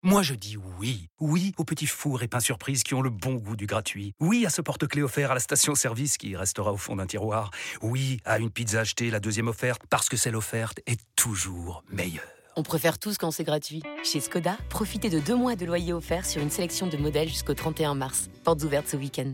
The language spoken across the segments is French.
Moi je dis oui. Oui aux petits fours et pains surprises qui ont le bon goût du gratuit. Oui à ce porte-clés offert à la station-service qui restera au fond d'un tiroir. Oui à une pizza achetée, la deuxième offerte, parce que celle offerte est toujours meilleure. On préfère tous quand c'est gratuit. Chez Skoda, profitez de 2 mois de loyer offert sur une sélection de modèles jusqu'au 31 mars. Portes ouvertes ce week-end.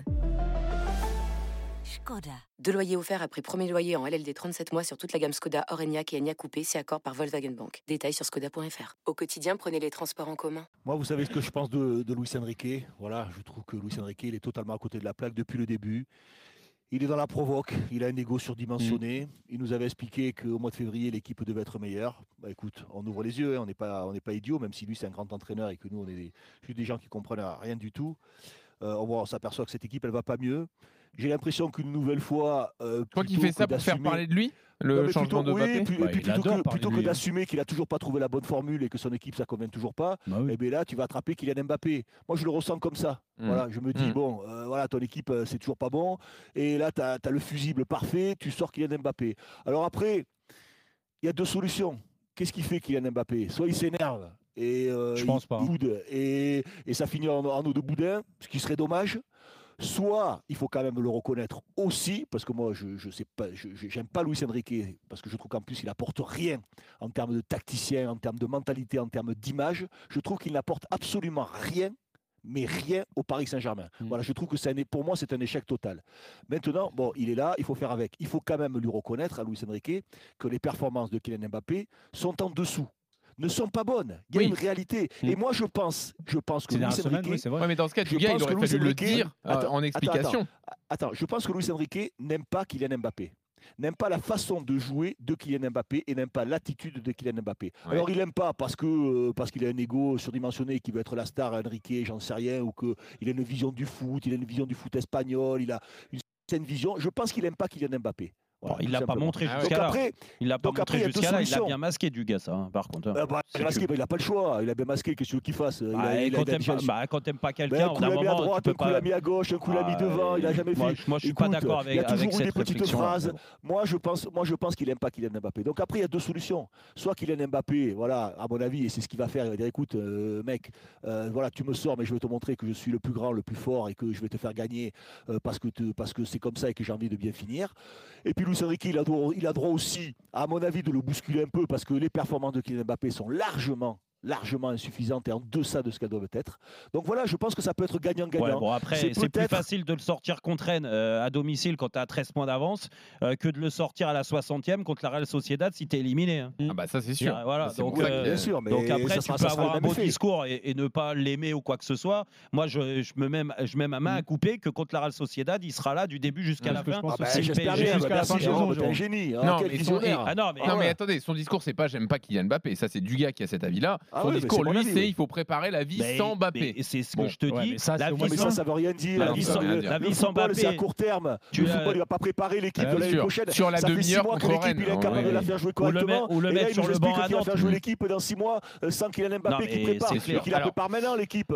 Skoda. 2 loyers offerts après premier loyer en LLD 37 mois sur toute la gamme Skoda, Orenia et Enyaq Coupé, c'est accord par Volkswagen Bank. Détails sur skoda.fr. Au quotidien, prenez les transports en commun. Moi, vous savez ce que je pense de Luis Enrique. Voilà, je trouve que Luis Enrique, il est totalement à côté de la plaque depuis le début. Il est dans la provoque, il a un ego surdimensionné. Il nous avait expliqué qu'au mois de février, l'équipe devait être meilleure. Bah écoute, on ouvre les yeux, hein, on n'est pas idiots, même si lui c'est un grand entraîneur et que nous on est juste des gens qui comprennent rien du tout. On s'aperçoit que cette équipe, elle va pas mieux. J'ai l'impression qu'une nouvelle fois. Je crois qu'il fait ça pour faire parler de lui, le changement de Mbappé. Plutôt que d'assumer qu'il a toujours pas trouvé la bonne formule et que son équipe ça convient toujours pas, et bien là tu vas attraper Kylian Mbappé. Moi je le ressens comme ça. Voilà, je me dis bon, voilà, ton équipe c'est toujours pas bon, et là tu as le fusible parfait, tu sors Kylian Mbappé. Alors après, il y a 2 solutions. Qu'est-ce qu'il fait Kylian Mbappé? Soit il s'énerve et je pense pas. Boude, et ça finit en eau de boudin, ce qui serait dommage. Soit, il faut quand même le reconnaître aussi, parce que moi, je sais pas, j'aime pas Luis Enrique, parce que je trouve qu'en plus, il apporte rien en termes de tacticien, en termes de mentalité, en termes d'image. Je trouve qu'il n'apporte absolument rien, mais rien au Paris Saint-Germain. Voilà, je trouve que pour moi, c'est un échec total. Maintenant, bon, il est là, il faut faire avec. Il faut quand même lui reconnaître à Luis Enrique que les performances de Kylian Mbappé sont en dessous. Ne sont pas bonnes. Il y a une réalité. Et moi, je pense que Luis Enrique... c'est vrai. Mais dans ce cas, il aurait fallu le dire en explication. Attends, je pense que Luis Enrique n'aime pas Kylian Mbappé. N'aime pas la façon de jouer de Kylian Mbappé et n'aime pas l'attitude de Kylian Mbappé. Ouais. Alors il n'aime pas parce qu'il a un ego surdimensionné, qu'il veut être la star Enrique, j'en sais rien, ou qu'il a une vision du foot, il a une vision du foot espagnol, il a une certaine vision. Je pense qu'il n'aime pas Kylian Mbappé. Voilà, il ne l'a pas montré jusqu'à là. Il l'a bien masqué du gars, ça, hein, par contre. Il n'a pas le choix. Il a bien masqué. Qu'est-ce qu'il fasse? Quand t'aimes pas quelqu'un, un coup l'a mis à droite, un coup l'a mis à gauche, un coup l'a mis devant. Il n'a jamais fait. Moi, je suis pas d'accord avec cette réflexion. Il a toujours eu des petites phrases. Moi, je pense qu'il n'aime pas Kylian Mbappé. Donc après, il y a 2 solutions. Soit Kylian Mbappé, voilà, à mon avis, et c'est ce qu'il va faire. Il va dire, écoute, mec, voilà, tu me sors, mais je vais te montrer que je suis le plus grand, le plus fort, et que je vais te faire gagner parce que c'est comme ça et que j'ai envie de bien finir. Et puis Luis Enrique, il a droit aussi, à mon avis, de le bousculer un peu parce que les performances de Kylian Mbappé sont largement insuffisantes et en deçà de ce qu'elles doivent être. Donc voilà, je pense que ça peut être gagnant-gagnant. Ouais, bon, après, c'est plus facile de le sortir contre Rennes à domicile quand tu as 13 points d'avance que de le sortir à la 60e contre la Real Sociedad si tu es éliminé. Hein. Ah bah ça c'est sûr. Voilà, donc sûr, mais donc après tu peux avoir un beau discours et ne pas l'aimer ou quoi que ce soit. Moi je mets ma main à couper que contre la Real Sociedad, il sera là du début jusqu'à la fin. J'espère bien, jusqu'à la fin de saison. C'est un génie. Non mais attendez, son discours c'est pas j'aime pas Kylian Mbappé, ça c'est du gars qui a cet avis-là. Son discours, lui, c'est il faut préparer la vie sans Mbappé. C'est ce que je te dis. Ça veut rien dire. La vie sans Mbappé, c'est à court terme. Le football, il va pas préparer l'équipe de l'année prochaine. Sur la demi-heure contre Rennes. Il est capable de la faire jouer correctement. Ou le mettre sur le banc à Nantes. Il va faire jouer l'équipe dans 6 mois sans Kylian Mbappé qui prépare. Il la prépare maintenant, l'équipe.